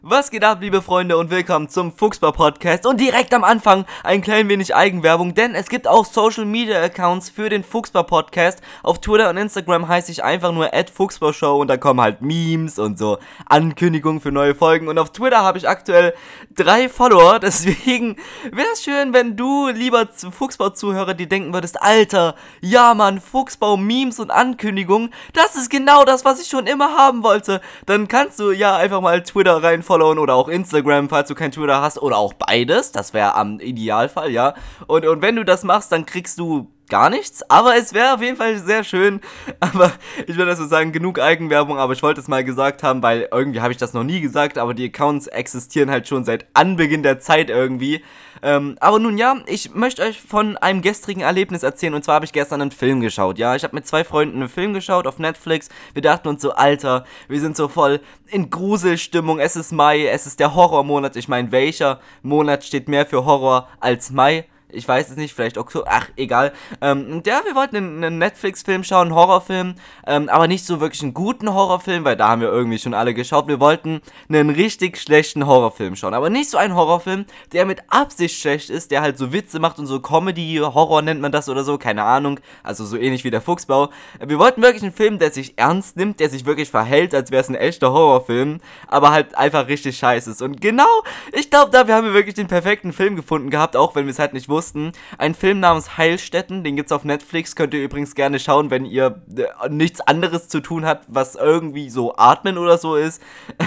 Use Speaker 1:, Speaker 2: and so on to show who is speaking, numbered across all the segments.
Speaker 1: Was geht ab, liebe Freunde, und willkommen zum Fuchsbau-Podcast. Und direkt am Anfang ein klein wenig Eigenwerbung, denn es gibt auch Social-Media-Accounts für den Fuchsbau-Podcast. Auf Twitter und Instagram heiße ich einfach nur @fuchsbaushow und da kommen halt Memes und so Ankündigungen für neue Folgen. Und auf Twitter habe ich aktuell 3 Follower, deswegen wäre es schön, wenn du, lieber Fuchsbau-Zuhörer, dir denken würdest, Alter, ja Mann, Fuchsbau, Memes und Ankündigungen, das ist genau das, was ich schon immer haben wollte. Dann kannst du ja einfach mal Twitter rein followen oder auch Instagram, falls du kein Twitter hast, oder auch beides, das wäre am Idealfall, ja. Und wenn du das machst, dann kriegst du gar nichts, aber es wäre auf jeden Fall sehr schön. Aber ich würde so sagen, genug Eigenwerbung, aber ich wollte es mal gesagt haben, weil irgendwie habe ich das noch nie gesagt, aber die Accounts existieren halt schon seit Anbeginn der Zeit irgendwie. Aber nun ja, ich möchte euch von einem gestrigen Erlebnis erzählen, und zwar habe ich gestern einen Film geschaut, ja. Ich habe mit 2 Freunden einen Film geschaut auf Netflix. Wir dachten uns so, Alter, wir sind so voll in Gruselstimmung, es ist Mai, es ist der Horrormonat. Ich meine, welcher Monat steht mehr für Horror als Mai? Ich weiß es nicht, vielleicht Oktober, ach, egal. Und ja, wir wollten einen Netflix-Film schauen, einen Horrorfilm, aber nicht so wirklich einen guten Horrorfilm, weil da haben wir irgendwie schon alle geschaut. Wir wollten einen richtig schlechten Horrorfilm schauen, aber nicht so einen Horrorfilm, der mit Absicht schlecht ist, der halt so Witze macht und so Comedy, Horror nennt man das oder so, keine Ahnung, also so ähnlich wie der Fuchsbau. Wir wollten wirklich einen Film, der sich ernst nimmt, der sich wirklich verhält, als wäre es ein echter Horrorfilm, aber halt einfach richtig scheiße ist. Und genau, ich glaube, dafür haben wir wirklich den perfekten Film gefunden gehabt, auch wenn wir es halt nicht wussten. Ein Film namens Heilstätten, den gibt's auf Netflix, könnt ihr übrigens gerne schauen, wenn ihr nichts anderes zu tun habt, was irgendwie so Atmen oder so ist.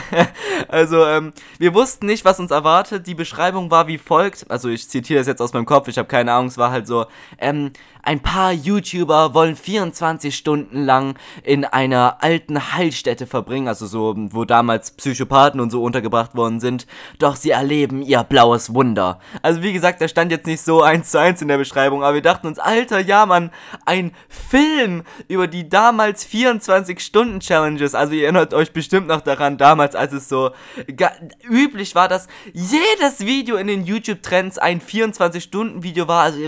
Speaker 1: Also, wir wussten nicht, was uns erwartet. Die Beschreibung war wie folgt, also ich zitiere das jetzt aus meinem Kopf, ich habe keine Ahnung, es war halt so, ein paar YouTuber wollen 24 Stunden lang in einer alten Heilstätte verbringen, also so, wo damals Psychopathen und so untergebracht worden sind, doch sie erleben ihr blaues Wunder. Also wie gesagt, da stand jetzt nicht so 1:1 in der Beschreibung, aber wir dachten uns, Alter, ja Mann, ein Film über die damals 24-Stunden-Challenges, also ihr erinnert euch bestimmt noch daran, damals, als es so üblich war, dass jedes Video in den YouTube-Trends ein 24-Stunden-Video war, also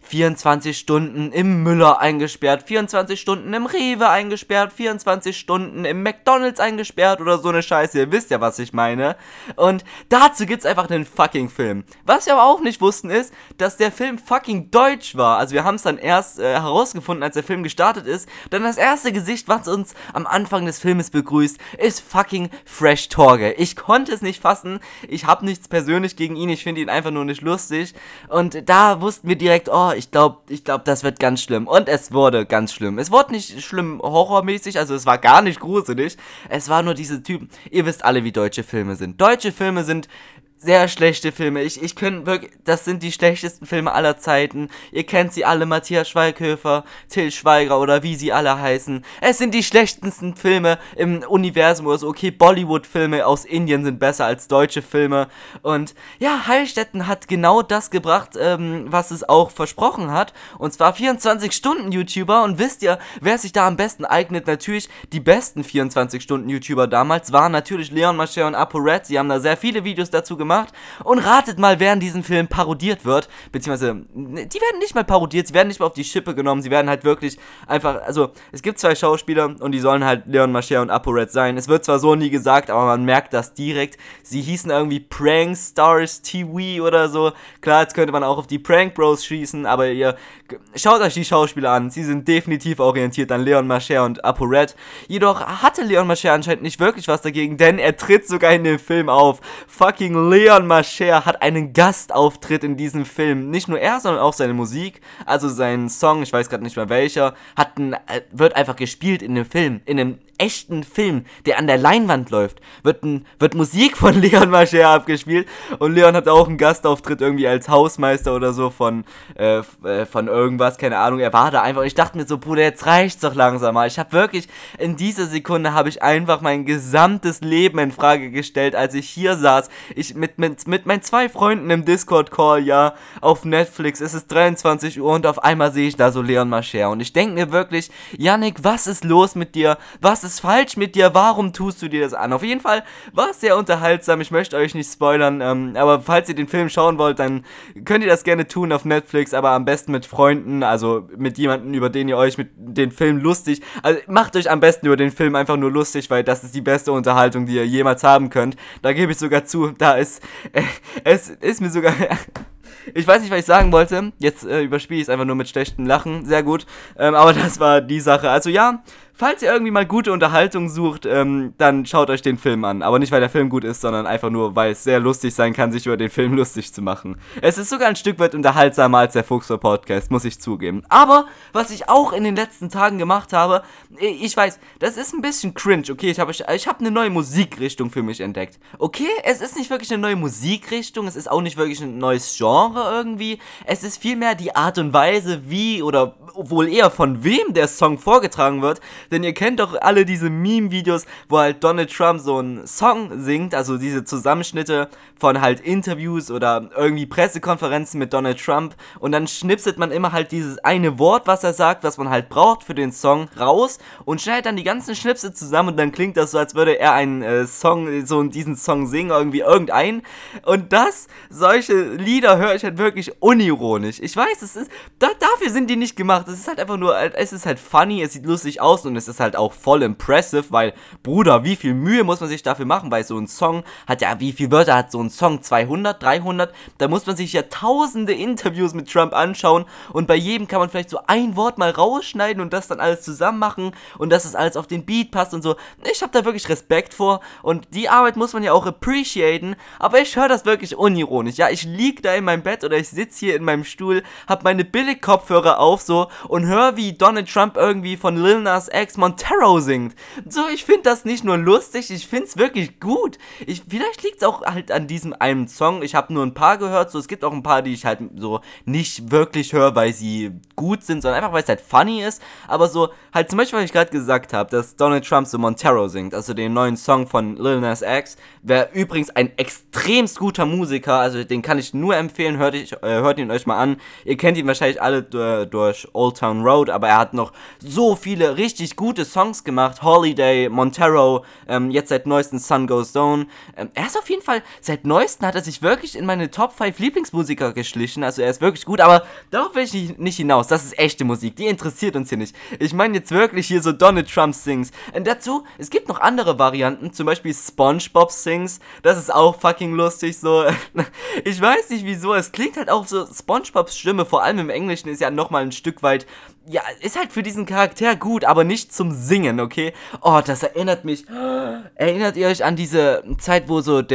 Speaker 1: 24 Stunden im Müller eingesperrt, 24 Stunden im Rewe eingesperrt, 24 Stunden im McDonald's eingesperrt oder so eine Scheiße, ihr wisst ja, was ich meine. Und dazu gibt's einfach einen fucking Film. Was wir aber auch nicht wussten ist, dass der Film fucking deutsch war. Also wir haben es dann erst herausgefunden, als der Film gestartet ist. Dann das erste Gesicht, was uns am Anfang des Filmes begrüßt, ist fucking Fresh Torge. Ich konnte es nicht fassen, ich habe nichts persönlich gegen ihn, ich finde ihn einfach nur nicht lustig. Und da wussten wir direkt, oh, ich glaube, das wird ganz schlimm. Und es wurde ganz schlimm. Es wurde nicht schlimm horrormäßig, also es war gar nicht gruselig. Es war nur diese Typen. Ihr wisst alle, wie deutsche Filme sind. Deutsche Filme sind sehr schlechte Filme. Ich könnte wirklich, das sind die schlechtesten Filme aller Zeiten. Ihr kennt sie alle, Matthias Schweighöfer, Til Schweiger oder wie sie alle heißen. Es sind die schlechtesten Filme im Universum oder so. Okay, Bollywood-Filme aus Indien sind besser als deutsche Filme. Und ja, Heilstätten hat genau das gebracht, was es auch versprochen hat. Und zwar 24-Stunden-YouTuber. Und wisst ihr, wer sich da am besten eignet? Natürlich die besten 24-Stunden-YouTuber damals waren natürlich Leon Mascher und ApoRed. Sie haben da sehr viele Videos dazu gemacht. Und ratet mal, wer in diesem Film parodiert wird, beziehungsweise, die werden nicht mal parodiert, sie werden nicht mal auf die Schippe genommen, sie werden halt wirklich einfach, also, es gibt 2 Schauspieler und die sollen halt Leon Mascher und ApoRed sein. Es wird zwar so nie gesagt, aber man merkt das direkt. Sie hießen irgendwie Prank Stars TV oder so. Klar, jetzt könnte man auch auf die Prank Bros schießen, aber ihr schaut euch die Schauspieler an, sie sind definitiv orientiert an Leon Mascher und ApoRed. Jedoch hatte Leon Mascher anscheinend nicht wirklich was dagegen, denn er tritt sogar in dem Film auf. Fucking Leon Mascher hat einen Gastauftritt in diesem Film. Nicht nur er, sondern auch seine Musik. Also sein Song, ich weiß gerade nicht mehr welcher, wird einfach gespielt in dem Film. In einem echten Film, der an der Leinwand läuft, wird Musik von Leon Mascher abgespielt. Und Leon hat auch einen Gastauftritt irgendwie als Hausmeister oder so von irgendwas, keine Ahnung. Er war da einfach und ich dachte mir so, Bruder, jetzt reicht's doch langsam mal. Ich habe wirklich, in dieser Sekunde habe ich einfach mein gesamtes Leben in Frage gestellt, als ich hier saß. Ich mit meinen 2 Freunden im Discord-Call, ja, auf Netflix. Es ist 23 Uhr und auf einmal sehe ich da so Leon Mascher. Und ich denke mir wirklich, Yannick, was ist los mit dir? Was Was ist falsch mit dir? Warum tust du dir das an? Auf jeden Fall war es sehr unterhaltsam. Ich möchte euch nicht spoilern, aber falls ihr den Film schauen wollt, dann könnt ihr das gerne tun auf Netflix, aber am besten mit Freunden, also mit jemandem, über den ihr euch mit den Film lustig, also macht euch am besten über den Film einfach nur lustig, weil das ist die beste Unterhaltung, die ihr jemals haben könnt. Da gebe ich sogar zu, es ist mir sogar... Ich weiß nicht, was ich sagen wollte. Jetzt überspiele ich es einfach nur mit schlechtem Lachen. Sehr gut. Aber das war die Sache. Also ja, falls ihr irgendwie mal gute Unterhaltung sucht, dann schaut euch den Film an. Aber nicht, weil der Film gut ist, sondern einfach nur, weil es sehr lustig sein kann, sich über den Film lustig zu machen. Es ist sogar ein Stück weit unterhaltsamer als der Fuchsbau-Podcast, muss ich zugeben. Aber, was ich auch in den letzten Tagen gemacht habe, ich weiß, das ist ein bisschen cringe, okay? Ich hab eine neue Musikrichtung für mich entdeckt. Okay, es ist nicht wirklich eine neue Musikrichtung, es ist auch nicht wirklich ein neues Genre irgendwie. Es ist vielmehr die Art und Weise, wie oder wohl eher von wem der Song vorgetragen wird. Denn ihr kennt doch alle diese Meme-Videos, wo halt Donald Trump so einen Song singt, also diese Zusammenschnitte von halt Interviews oder irgendwie Pressekonferenzen mit Donald Trump und dann schnipselt man immer halt dieses eine Wort, was er sagt, was man halt braucht für den Song, raus und schneidet dann die ganzen Schnipsel zusammen und dann klingt das so, als würde er einen Song, so diesen Song singen, irgendwie irgendeinen und solche Lieder höre ich halt wirklich unironisch. Ich weiß, dafür sind die nicht gemacht, es ist halt einfach nur, es ist halt funny, es sieht lustig aus und es ist halt auch voll impressive, weil, Bruder, wie viel Mühe muss man sich dafür machen, weil so ein Song hat ja, wie viele Wörter hat so ein Song? 200, 300? Da muss man sich ja tausende Interviews mit Trump anschauen und bei jedem kann man vielleicht so ein Wort mal rausschneiden und das dann alles zusammen machen und dass es alles auf den Beat passt und so. Ich habe da wirklich Respekt vor und die Arbeit muss man ja auch appreciaten, aber ich höre das wirklich unironisch. Ja, ich lieg da in meinem Bett oder ich sitze hier in meinem Stuhl, hab meine Billig-Kopfhörer auf so und höre, wie Donald Trump irgendwie von Lil Nas X Montero singt. So, ich finde das nicht nur lustig, ich finde es wirklich gut. Vielleicht liegt es auch halt an diesem einen Song. Ich habe nur ein paar gehört, so es gibt auch ein paar, die ich halt so nicht wirklich höre, weil sie gut sind, sondern einfach, weil es halt funny ist. Aber so, halt zum Beispiel, was ich gerade gesagt habe, dass Donald Trump so Montero singt, also den neuen Song von Lil Nas X, wäre übrigens ein extremst guter Musiker, also den kann ich nur empfehlen, hört ihn euch mal an. Ihr kennt ihn wahrscheinlich alle durch Old Town Road, aber er hat noch so viele richtig gute Songs gemacht. Holiday, Montero, jetzt seit neuestem Sun Goes Down. Er ist auf jeden Fall, seit neuestem hat er sich wirklich in meine Top 5 Lieblingsmusiker geschlichen. Also er ist wirklich gut, aber darauf will ich nicht hinaus. Das ist echte Musik, die interessiert uns hier nicht. Ich meine jetzt wirklich hier so Donald Trump Sings. Und dazu, es gibt noch andere Varianten, zum Beispiel SpongeBob Sings. Das ist auch fucking lustig so. Ich weiß nicht wieso, es klingt halt auch so, SpongeBobs Stimme, vor allem im Englischen, ist ja nochmal ein Stück weit, ja, ist halt für diesen Charakter gut, aber nicht zum Singen, okay? Oh, das erinnert mich. Erinnert ihr euch an diese Zeit, wo so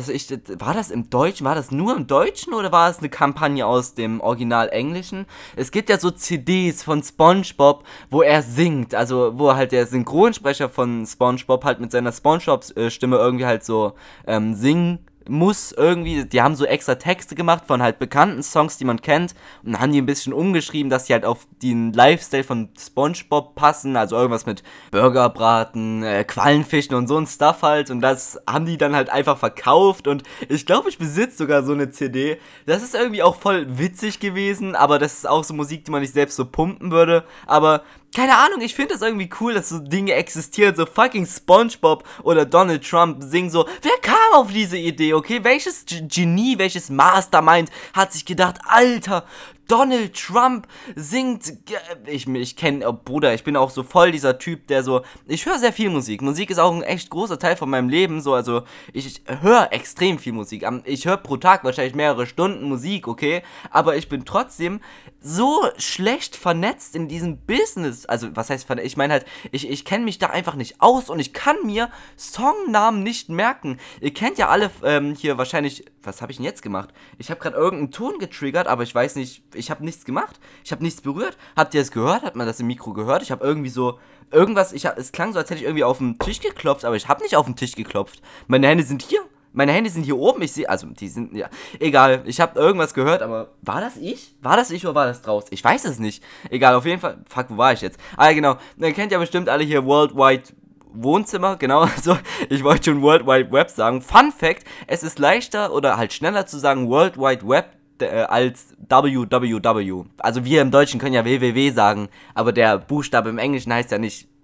Speaker 1: war das im Deutschen? War das nur im Deutschen oder war es eine Kampagne aus dem Original Englischen? Es gibt ja so CDs von SpongeBob, wo er singt, also wo halt der Synchronsprecher von SpongeBob halt mit seiner SpongeBob-Stimme irgendwie halt so singen muss irgendwie, die haben so extra Texte gemacht von halt bekannten Songs, die man kennt und dann haben die ein bisschen umgeschrieben, dass die halt auf den Lifestyle von SpongeBob passen, also irgendwas mit Burgerbraten, Quallenfischen und so ein Stuff halt und das haben die dann halt einfach verkauft und ich glaube, ich besitze sogar so eine CD. Das ist irgendwie auch voll witzig gewesen, aber das ist auch so Musik, die man nicht selbst so pumpen würde, aber keine Ahnung, ich finde das irgendwie cool, dass so Dinge existieren, so fucking SpongeBob oder Donald Trump singen so, wer kam auf diese Idee, okay? Welches Genie, welches Mastermind hat sich gedacht, Alter, Donald Trump singt, ich kenne, Bruder, ich bin auch so voll dieser Typ, der so, ich höre sehr viel Musik. Musik ist auch ein echt großer Teil von meinem Leben, so, also ich höre extrem viel Musik. Ich höre pro Tag wahrscheinlich mehrere Stunden Musik, okay? Aber ich bin trotzdem so schlecht vernetzt in diesem Business. Also, was heißt vernetzt? Ich meine halt, ich kenne mich da einfach nicht aus und ich kann mir Songnamen nicht merken. Ihr kennt ja alle hier wahrscheinlich, was habe ich denn jetzt gemacht? Ich habe gerade irgendeinen Ton getriggert, aber ich weiß nicht, ich habe nichts gemacht, ich habe nichts berührt. Habt ihr es gehört? Hat man das im Mikro gehört? Ich habe irgendwie so irgendwas, es klang so, als hätte ich irgendwie auf den Tisch geklopft, aber ich habe nicht auf den Tisch geklopft. Meine Hände sind hier oben, ich sehe, also die sind, ja, egal, ich habe irgendwas gehört, aber war das ich? War das ich oder war das draußen? Ich weiß es nicht. Egal, auf jeden Fall, fuck, wo war ich jetzt? Ah, genau, ihr kennt ja bestimmt alle hier Worldwide Wohnzimmer, genau, also ich wollte schon World Wide Web sagen. Fun Fact, es ist leichter oder halt schneller zu sagen World Wide Web als www. Also wir im Deutschen können ja www sagen, aber der Buchstabe im Englischen heißt ja nicht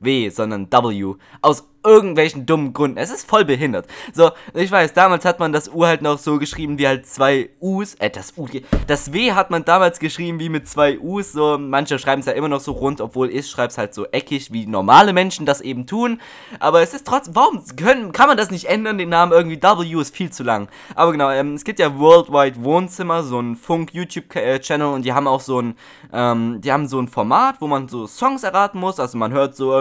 Speaker 1: W, sondern W. Aus irgendwelchen dummen Gründen. Es ist voll behindert. So, ich weiß, damals hat man das U halt noch so geschrieben wie halt 2 U's. Das W hat man damals geschrieben wie mit 2 U's. So, manche schreiben es ja immer noch so rund, obwohl ich schreibe es halt so eckig, wie normale Menschen das eben tun. Aber es ist trotzdem, warum kann man das nicht ändern? Den Namen irgendwie W ist viel zu lang. Aber genau, es gibt ja Worldwide Wohnzimmer, so ein Funk-YouTube-Channel und die haben auch so ein Format, wo man so Songs erraten muss. Also man hört so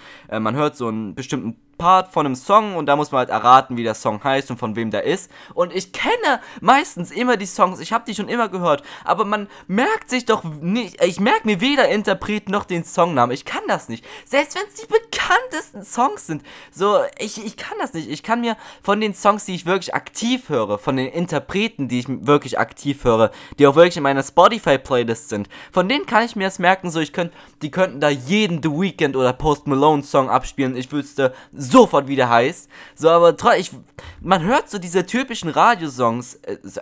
Speaker 1: einen bestimmten Part von einem Song und da muss man halt erraten, wie der Song heißt und von wem der ist. Und ich kenne meistens immer die Songs, ich habe die schon immer gehört, aber man merkt sich doch nicht, ich merke mir weder Interpret noch den Songnamen, ich kann das nicht. Selbst wenn es die bekanntesten Songs sind, so, ich kann das nicht. Ich kann mir von den Songs, die ich wirklich aktiv höre, von den Interpreten, die ich wirklich aktiv höre, die auch wirklich in meiner Spotify-Playlist sind, von denen kann ich mir das merken, so, die könnten da jeden The Weeknd oder Post Malone Song abspielen, ich wüsste sofort, wie der heißt. So, aber man hört so diese typischen Radiosongs.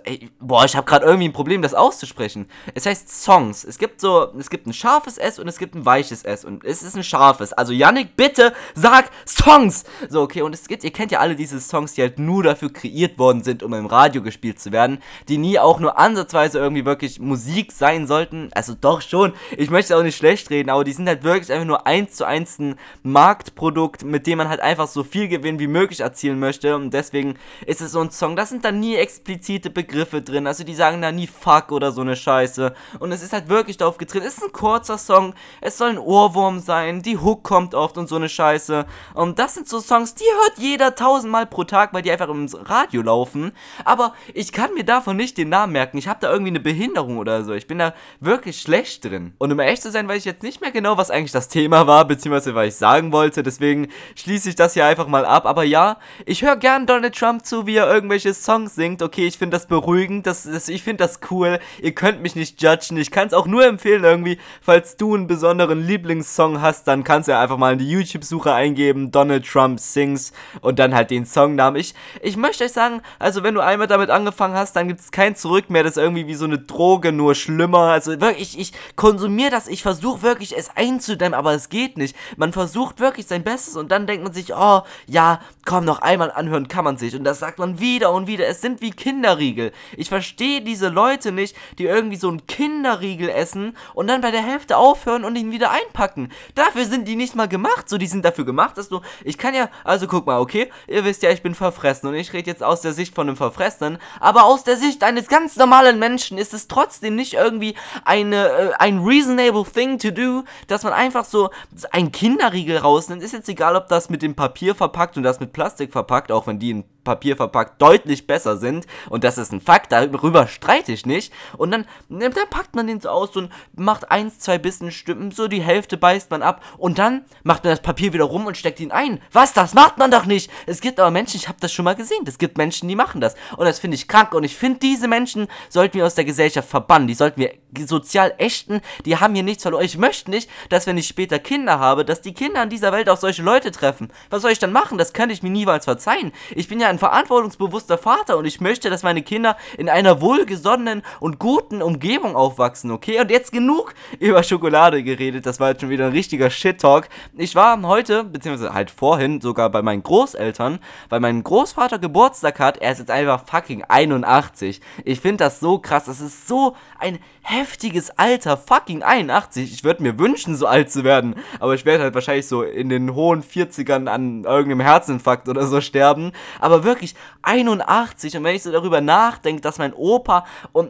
Speaker 1: Ich habe gerade irgendwie ein Problem, das auszusprechen. Es heißt Songs. Es gibt ein scharfes S und es gibt ein weiches S. Und es ist ein scharfes. Also, Yannick, bitte sag Songs! So, okay, und ihr kennt ja alle diese Songs, die halt nur dafür kreiert worden sind, um im Radio gespielt zu werden, die nie auch nur ansatzweise irgendwie wirklich Musik sein sollten. Also, doch schon. Ich möchte auch nicht schlecht reden, aber die sind halt wirklich einfach nur 1:1 ein Marktprodukt, mit dem man halt einfach so viel Gewinn wie möglich erzielen möchte und deswegen ist es so ein Song, da sind dann nie explizite Begriffe drin, also die sagen da nie Fuck oder so eine Scheiße und es ist halt wirklich darauf getrimmt, es ist ein kurzer Song, es soll ein Ohrwurm sein, die Hook kommt oft und so eine Scheiße und das sind so Songs, die hört jeder 1000-mal pro Tag, weil die einfach im Radio laufen, aber ich kann mir davon nicht den Namen merken, ich habe da irgendwie eine Behinderung oder so, ich bin da wirklich schlecht drin und um ehrlich zu sein, weiß ich jetzt nicht mehr genau, was eigentlich das Thema war, beziehungsweise was ich sagen wollte, deswegen schließe ich das hier einfach mal ab, aber ja, ich höre gern Donald Trump zu, wie er irgendwelche Songs singt, okay, ich finde das beruhigend, ich finde das cool, ihr könnt mich nicht judgen, ich kann es auch nur empfehlen irgendwie, falls du einen besonderen Lieblingssong hast, dann kannst du ja einfach mal in die YouTube-Suche eingeben, Donald Trump sings und dann halt den Songnamen. Ich möchte euch sagen, also wenn du einmal damit angefangen hast, dann gibt es kein Zurück mehr, das ist irgendwie wie so eine Droge, nur schlimmer, also wirklich, ich konsumiere das, ich versuche wirklich es einzudämmen, aber es geht nicht, man versucht wirklich sein Bestes und dann denkt man sich, oh, ja, komm, noch einmal anhören kann man sich. Und das sagt man wieder und wieder. Es sind wie Kinderriegel. Ich verstehe diese Leute nicht, die irgendwie so einen Kinderriegel essen und dann bei der Hälfte aufhören und ihn wieder einpacken. Dafür sind die nicht mal gemacht. So, die sind dafür gemacht, dass also guck mal, okay, ihr wisst ja, ich bin verfressen und ich rede jetzt aus der Sicht von einem Verfressenen, aber aus der Sicht eines ganz normalen Menschen ist es trotzdem nicht irgendwie ein reasonable thing to do, dass man einfach so einen Kinderriegel rausnimmt. Ist jetzt egal, ob das mit dem Papier verpackt und das mit Plastik verpackt, auch wenn die in Papier verpackt deutlich besser sind und das ist ein Fakt, darüber streite ich nicht und dann packt man den so aus und macht 1-2 Bissen Stücken, so die Hälfte beißt man ab und dann macht man das Papier wieder rum und steckt ihn ein. Was, das macht man doch nicht! Es gibt aber Menschen, ich habe das schon mal gesehen, es gibt Menschen, die machen das und das finde ich krank und ich finde, diese Menschen sollten wir aus der Gesellschaft verbannen, die sollten wir sozial ächten, die haben hier nichts verloren. Ich möchte nicht, dass wenn ich später Kinder habe, dass die Kinder in dieser Welt auch solche Leute treffen. Was soll ich dann machen? Das könnte ich mir niemals verzeihen. Ich bin ja ein verantwortungsbewusster Vater und ich möchte, dass meine Kinder in einer wohlgesonnenen und guten Umgebung aufwachsen, okay? Und jetzt genug über Schokolade geredet, das war jetzt schon wieder ein richtiger Shit-Talk. Ich war heute, beziehungsweise halt vorhin, sogar bei meinen Großeltern, weil mein Großvater Geburtstag hat, er ist jetzt einfach fucking 81. Ich finde das so krass, das ist so ein heftiges Alter, fucking 81. Ich würde mir wünschen, so alt zu werden, aber ich werde halt wahrscheinlich so in den hohen 40ern an irgendeinem Herzinfarkt oder so sterben, aber wirklich 81 und wenn ich so darüber nachdenke, dass mein Opa um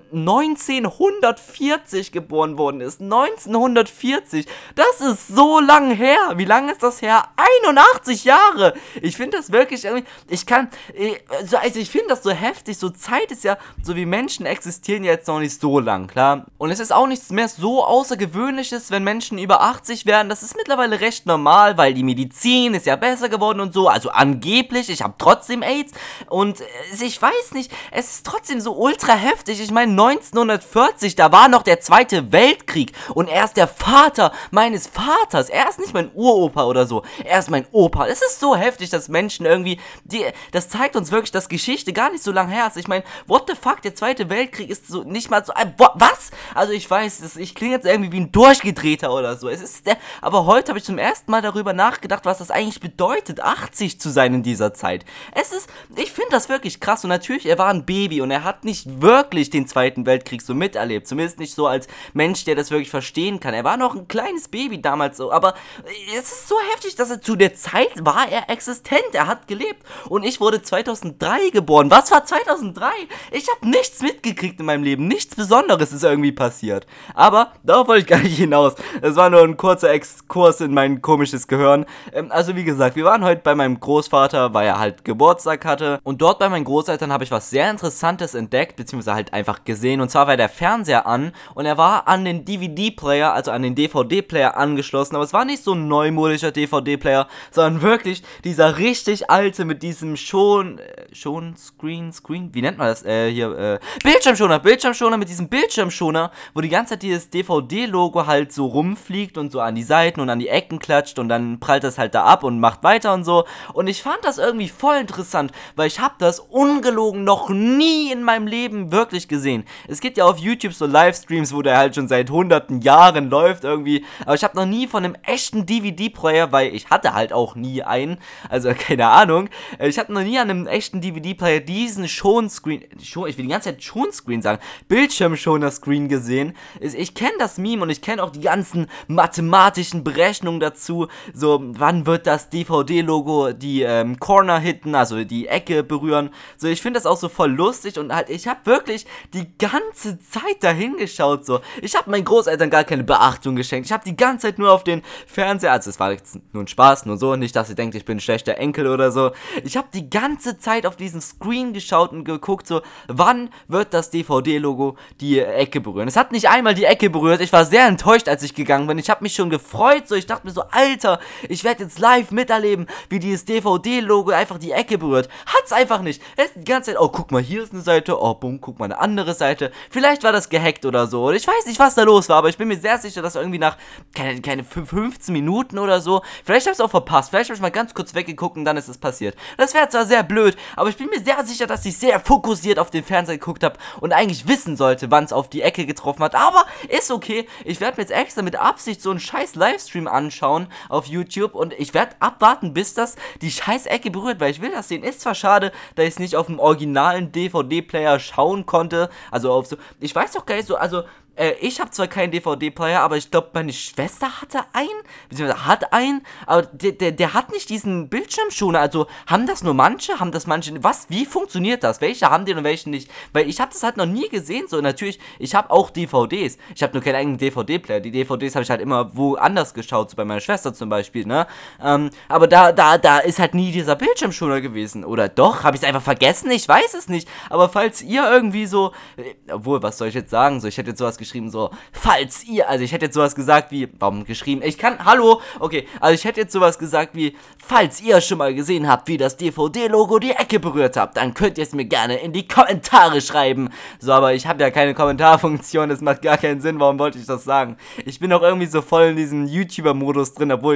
Speaker 1: 1940 geboren worden ist, 1940, das ist so lang her. Wie lange ist das her? 81 Jahre! Ich finde das wirklich irgendwie, ich finde das so heftig, so Zeit ist ja, so wie Menschen existieren ja jetzt noch nicht so lang, klar? Und es ist auch nichts mehr so Außergewöhnliches, wenn Menschen über 80 werden. Das ist mittlerweile recht normal, weil die Medizin ist ja besser geworden und so. Also angeblich, ich habe trotzdem AIDS. Zeit und ich weiß nicht, es ist trotzdem so ultra heftig. Ich meine, 1940, da war noch der Zweite Weltkrieg und er ist der Vater meines Vaters. Er ist nicht mein Uropa oder so, er ist mein Opa. Es ist so heftig, dass Menschen irgendwie, das zeigt uns wirklich, dass Geschichte gar nicht so lange her ist. Ich meine, what the fuck, der Zweite Weltkrieg ist so nicht mal so, was? Also ich weiß, ich klinge jetzt irgendwie wie ein Durchgedrehter oder so. Aber heute habe ich zum ersten Mal darüber nachgedacht, was das eigentlich bedeutet, 80 zu sein in dieser Zeit. Ich finde das wirklich krass und natürlich, er war ein Baby und er hat nicht wirklich den Zweiten Weltkrieg so miterlebt, zumindest nicht so als Mensch, der das wirklich verstehen kann. Er war noch ein kleines Baby damals so, aber es ist so heftig, dass er zu der Zeit war er existent, er hat gelebt und ich wurde 2003 geboren. Was war 2003? Ich habe nichts mitgekriegt in meinem Leben, nichts Besonderes ist irgendwie passiert. Aber darauf wollte ich gar nicht hinaus. Das war nur ein kurzer Exkurs in mein komisches Gehirn. Also wie gesagt, wir waren heute bei meinem Großvater, weil er halt Geburtstag hatte. Und dort bei meinen Großeltern habe ich was sehr Interessantes entdeckt, beziehungsweise halt einfach gesehen. Und zwar war der Fernseher an und er war an den DVD-Player, also an den DVD-Player angeschlossen. Aber es war nicht so ein neumodischer DVD-Player, sondern wirklich dieser richtig alte mit diesem Screen, wie nennt man das? Bildschirmschoner mit diesem Bildschirmschoner, wo die ganze Zeit dieses DVD-Logo halt so rumfliegt und so an die Seiten und an die Ecken klatscht und dann prallt das halt da ab und macht weiter und so. Und ich fand das irgendwie voll interessant, weil ich habe das ungelogen noch nie in meinem Leben wirklich gesehen. Es gibt ja auf YouTube so Livestreams, wo der halt schon seit hunderten Jahren läuft irgendwie, aber ich habe noch nie von einem echten DVD-Player, weil ich hatte halt auch nie einen, also keine Ahnung, ich habe noch nie an einem echten DVD-Player diesen ich will die ganze Zeit Schonscreen sagen, Bildschirmschoner-Screen gesehen. Ich kenne das Meme und ich kenne auch die ganzen mathematischen Berechnungen dazu, so wann wird das DVD-Logo die Corner hitten, also die Ecke berühren, so ich finde das auch so voll lustig und halt, ich habe wirklich die ganze Zeit dahin geschaut, so, ich habe meinen Großeltern gar keine Beachtung geschenkt, ich habe die ganze Zeit nur auf den Fernseher, also es war jetzt nur ein Spaß, nur so, nicht, dass ihr denkt, ich bin ein schlechter Enkel oder so, ich habe die ganze Zeit auf diesen Screen geschaut und geguckt, so, wann wird das DVD-Logo die Ecke berühren. Es hat nicht einmal die Ecke berührt, ich war sehr enttäuscht, als ich gegangen bin, ich habe mich schon gefreut, so, ich dachte mir so, Alter, ich werde jetzt live miterleben, wie dieses DVD-Logo einfach die Ecke berührt. Hat's einfach nicht. Es ist die ganze Zeit, oh, guck mal, hier ist eine Seite, oh, bumm, guck mal, eine andere Seite. Vielleicht war das gehackt oder so, oder ich weiß nicht, was da los war, aber ich bin mir sehr sicher, dass irgendwie nach, keine 15 Minuten oder so, vielleicht habe ich es auch verpasst, vielleicht habe ich mal ganz kurz weggeguckt und dann ist es passiert. Das wäre zwar sehr blöd, aber ich bin mir sehr sicher, dass ich sehr fokussiert auf den Fernseher geguckt habe und eigentlich wissen sollte, wann es auf die Ecke getroffen hat, aber ist okay. Ich werde mir jetzt extra mit Absicht so einen scheiß Livestream anschauen auf YouTube und ich werde abwarten, bis das die scheiß Ecke berührt, weil ich will das sehen. Ist zwar schade, dass ich es nicht auf dem originalen DVD-Player schauen konnte, also auf so, ich weiß doch gar nicht so, also ich habe zwar keinen DVD-Player, aber ich glaube, meine Schwester hatte einen, beziehungsweise hat einen, aber der hat nicht diesen Bildschirmschoner, also haben das nur manche, wie funktioniert das? Welche haben den und welche nicht? Weil ich habe das halt noch nie gesehen, so natürlich, ich habe auch DVDs, ich habe nur keinen eigenen DVD-Player, die DVDs habe ich halt immer woanders geschaut, so bei meiner Schwester zum Beispiel, ne, aber da ist halt nie dieser Bildschirmschoner gewesen, oder doch? Habe ich es einfach vergessen? Ich weiß es nicht, aber falls ihr irgendwie so, obwohl, was soll ich jetzt sagen, so, ich hätte jetzt sowas geschrieben, so, falls ihr, also ich hätte jetzt sowas gesagt wie, warum geschrieben, hallo, okay, also ich hätte jetzt sowas gesagt wie, falls ihr schon mal gesehen habt, wie das DVD-Logo die Ecke berührt habt, dann könnt ihr es mir gerne in die Kommentare schreiben, so, aber ich habe ja keine Kommentarfunktion, das macht gar keinen Sinn, warum wollte ich das sagen? Ich bin auch irgendwie so voll in diesem YouTuber-Modus drin, obwohl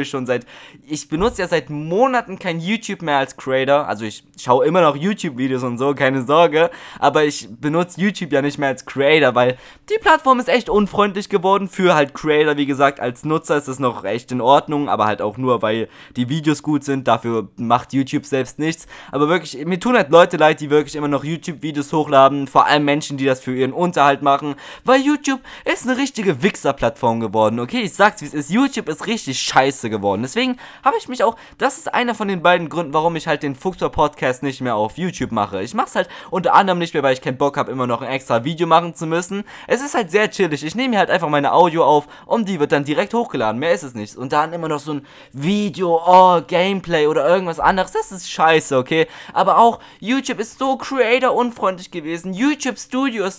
Speaker 1: ich benutze ja seit Monaten kein YouTube mehr als Creator, also ich schaue immer noch YouTube-Videos und so, keine Sorge, aber ich benutze YouTube ja nicht mehr als Creator, weil die Plattform ist echt unfreundlich geworden für halt Creator, wie gesagt, als Nutzer ist es noch echt in Ordnung, aber halt auch nur, weil die Videos gut sind, dafür macht YouTube selbst nichts, aber wirklich, mir tun halt Leute leid, die wirklich immer noch YouTube-Videos hochladen, vor allem Menschen, die das für ihren Unterhalt machen, weil YouTube ist eine richtige Wichser-Plattform geworden, okay, ich sag's wie es ist, YouTube ist richtig scheiße geworden, deswegen habe ich mich auch, das ist einer von den beiden Gründen, warum ich halt den Fuchsbau-Podcast nicht mehr auf YouTube mache, ich mach's halt unter anderem nicht mehr, weil ich keinen Bock habe, immer noch ein extra Video machen zu müssen, es ist halt sehr chillig. Ich nehme hier halt einfach meine Audio auf und die wird dann direkt hochgeladen. Mehr ist es nicht. Und dann immer noch so ein Video, Gameplay oder irgendwas anderes. Das ist scheiße, okay? Aber auch YouTube ist so creator-unfreundlich gewesen. YouTube Studio ist so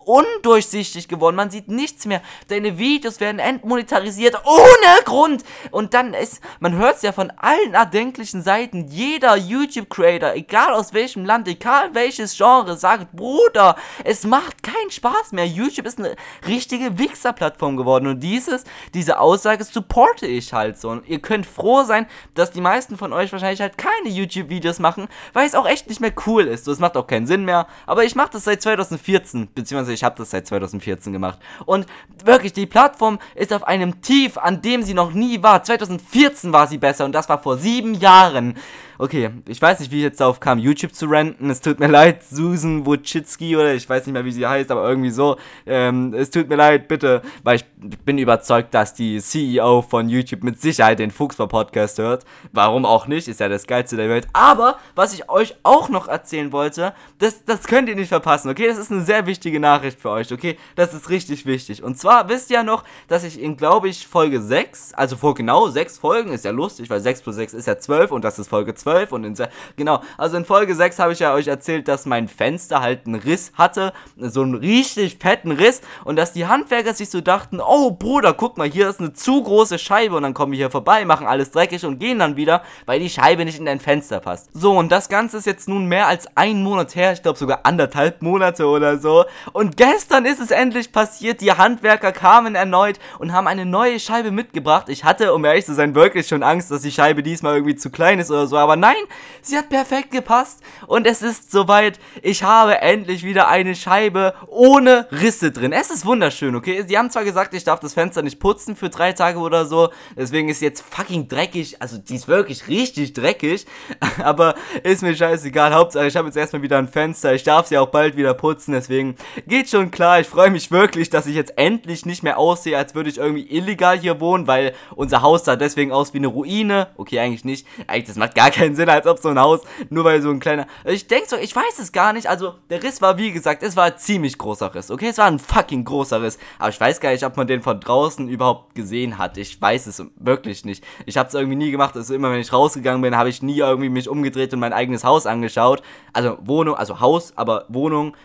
Speaker 1: undurchsichtig geworden, man sieht nichts mehr, deine Videos werden entmonetarisiert, ohne Grund. Und dann man hört es ja von allen erdenklichen Seiten, jeder YouTube-Creator, egal aus welchem Land, egal welches Genre, sagt, Bruder, es macht keinen Spaß mehr, YouTube ist eine richtige Wichser-Plattform geworden und diese Aussage supporte ich halt so. Und ihr könnt froh sein, dass die meisten von euch wahrscheinlich halt keine YouTube-Videos machen, weil es auch echt nicht mehr cool ist. So, es macht auch keinen Sinn mehr, aber ich mache das seit 2014, beziehungsweise ich habe das seit 2014 gemacht. Und wirklich, die Plattform ist auf einem Tief, an dem sie noch nie war. 2014 war sie besser und das war vor 7 Jahren. Okay, ich weiß nicht, wie ich jetzt darauf kam, YouTube zu ranten. Es tut mir leid, Susan Wojcicki oder ich weiß nicht mehr, wie sie heißt, aber irgendwie so. Es tut mir leid, bitte, weil ich bin überzeugt, dass die CEO von YouTube mit Sicherheit den Fuchsball-Podcast hört. Warum auch nicht, ist ja das Geilste der Welt. Aber, was ich euch auch noch erzählen wollte, das könnt ihr nicht verpassen, okay? Das ist eine sehr wichtige Nachricht für euch, okay? Das ist richtig wichtig. Und zwar wisst ihr ja noch, dass ich in, glaube ich, Folge 6, also vor genau 6 Folgen, ist ja lustig, weil 6 plus 6 ist ja 12 und das ist Folge 12 und also in Folge 6 habe ich ja euch erzählt, dass mein Fenster halt einen Riss hatte, so einen richtig fetten Riss und dass die Handwerker sich so dachten, oh Bruder, guck mal, hier ist eine zu große Scheibe und dann kommen wir hier vorbei, machen alles dreckig und gehen dann wieder, weil die Scheibe nicht in dein Fenster passt. So, und das Ganze ist jetzt nun mehr als 1 Monat her, ich glaube sogar 1,5 Monate oder so und gestern ist es endlich passiert, die Handwerker kamen erneut und haben eine neue Scheibe mitgebracht. Ich hatte, um ehrlich zu sein, wirklich schon Angst, dass die Scheibe diesmal irgendwie zu klein ist oder so, aber nein, sie hat perfekt gepasst und es ist soweit, ich habe endlich wieder eine Scheibe ohne Risse drin. Es ist wunderschön, okay? Sie haben zwar gesagt, ich darf das Fenster nicht putzen für 3 Tage oder so, deswegen ist jetzt fucking dreckig, also die ist wirklich richtig dreckig, aber ist mir scheißegal, Hauptsache ich habe jetzt erstmal wieder ein Fenster, ich darf sie auch bald wieder putzen, deswegen geht schon klar, ich freue mich wirklich, dass ich jetzt endlich nicht mehr aussehe, als würde ich irgendwie illegal hier wohnen, weil unser Haus sah deswegen aus wie eine Ruine, okay, eigentlich nicht, eigentlich das macht gar keinen Sinn, als ob so ein Haus, nur weil so ein kleiner, ich denke so, ich weiß es gar nicht, also der Riss war, wie gesagt, es war ein ziemlich großer Riss, okay, es war ein fucking großer Riss, aber ich weiß gar nicht, ob man den von draußen überhaupt gesehen hat, ich weiß es wirklich nicht, ich habe es irgendwie nie gemacht, also immer wenn ich rausgegangen bin, habe ich nie irgendwie mich umgedreht und mein eigenes Haus angeschaut, also Wohnung, also Haus, aber Wohnung,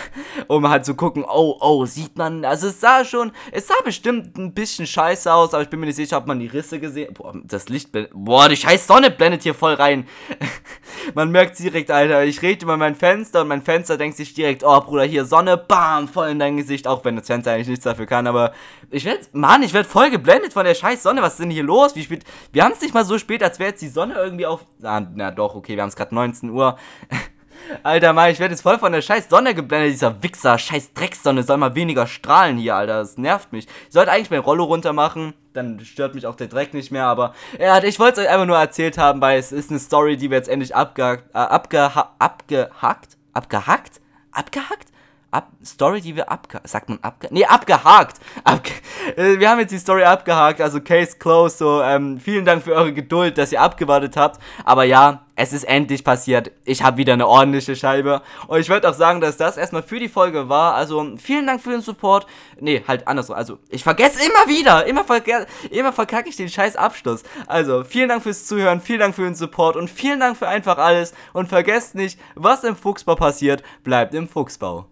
Speaker 1: um halt zu gucken, oh, sieht man, also es sah bestimmt ein bisschen scheiße aus, aber ich bin mir nicht sicher, ob man die Risse gesehen, das Licht, die scheiß Sonne blendet hier voll rein. Man merkt direkt, Alter, ich rede über mein Fenster und mein Fenster denkt sich direkt, oh Bruder, hier Sonne, bam, voll in dein Gesicht, auch wenn das Fenster eigentlich nichts dafür kann, aber ich werd voll geblendet von der scheiß Sonne, was ist denn hier los? Wie spät? Wir haben es nicht mal so spät, als wäre jetzt die Sonne irgendwie auf, na doch, okay, wir haben es gerade 19 Uhr. Alter, Mann, ich werde jetzt voll von der scheiß Sonne geblendet, dieser Wichser, scheiß Drecksonne, soll mal weniger strahlen hier, Alter, das nervt mich. Ich sollte eigentlich mein Rollo runter machen, dann stört mich auch der Dreck nicht mehr, aber ja, ich wollte es euch einfach nur erzählt haben, weil es ist eine Story, die wir jetzt endlich abgehackt? Story, die wir abgehakt. Wir haben jetzt die Story abgehakt, also Case closed, so, vielen Dank für eure Geduld, dass ihr abgewartet habt, aber ja, es ist endlich passiert, ich habe wieder eine ordentliche Scheibe und ich würde auch sagen, dass das erstmal für die Folge war, also vielen Dank für den Support, halt andersrum, also ich vergesse immer verkacke ich den scheiß Abschluss, also vielen Dank fürs Zuhören, vielen Dank für den Support und vielen Dank für einfach alles und vergesst nicht, was im Fuchsbau passiert, bleibt im Fuchsbau.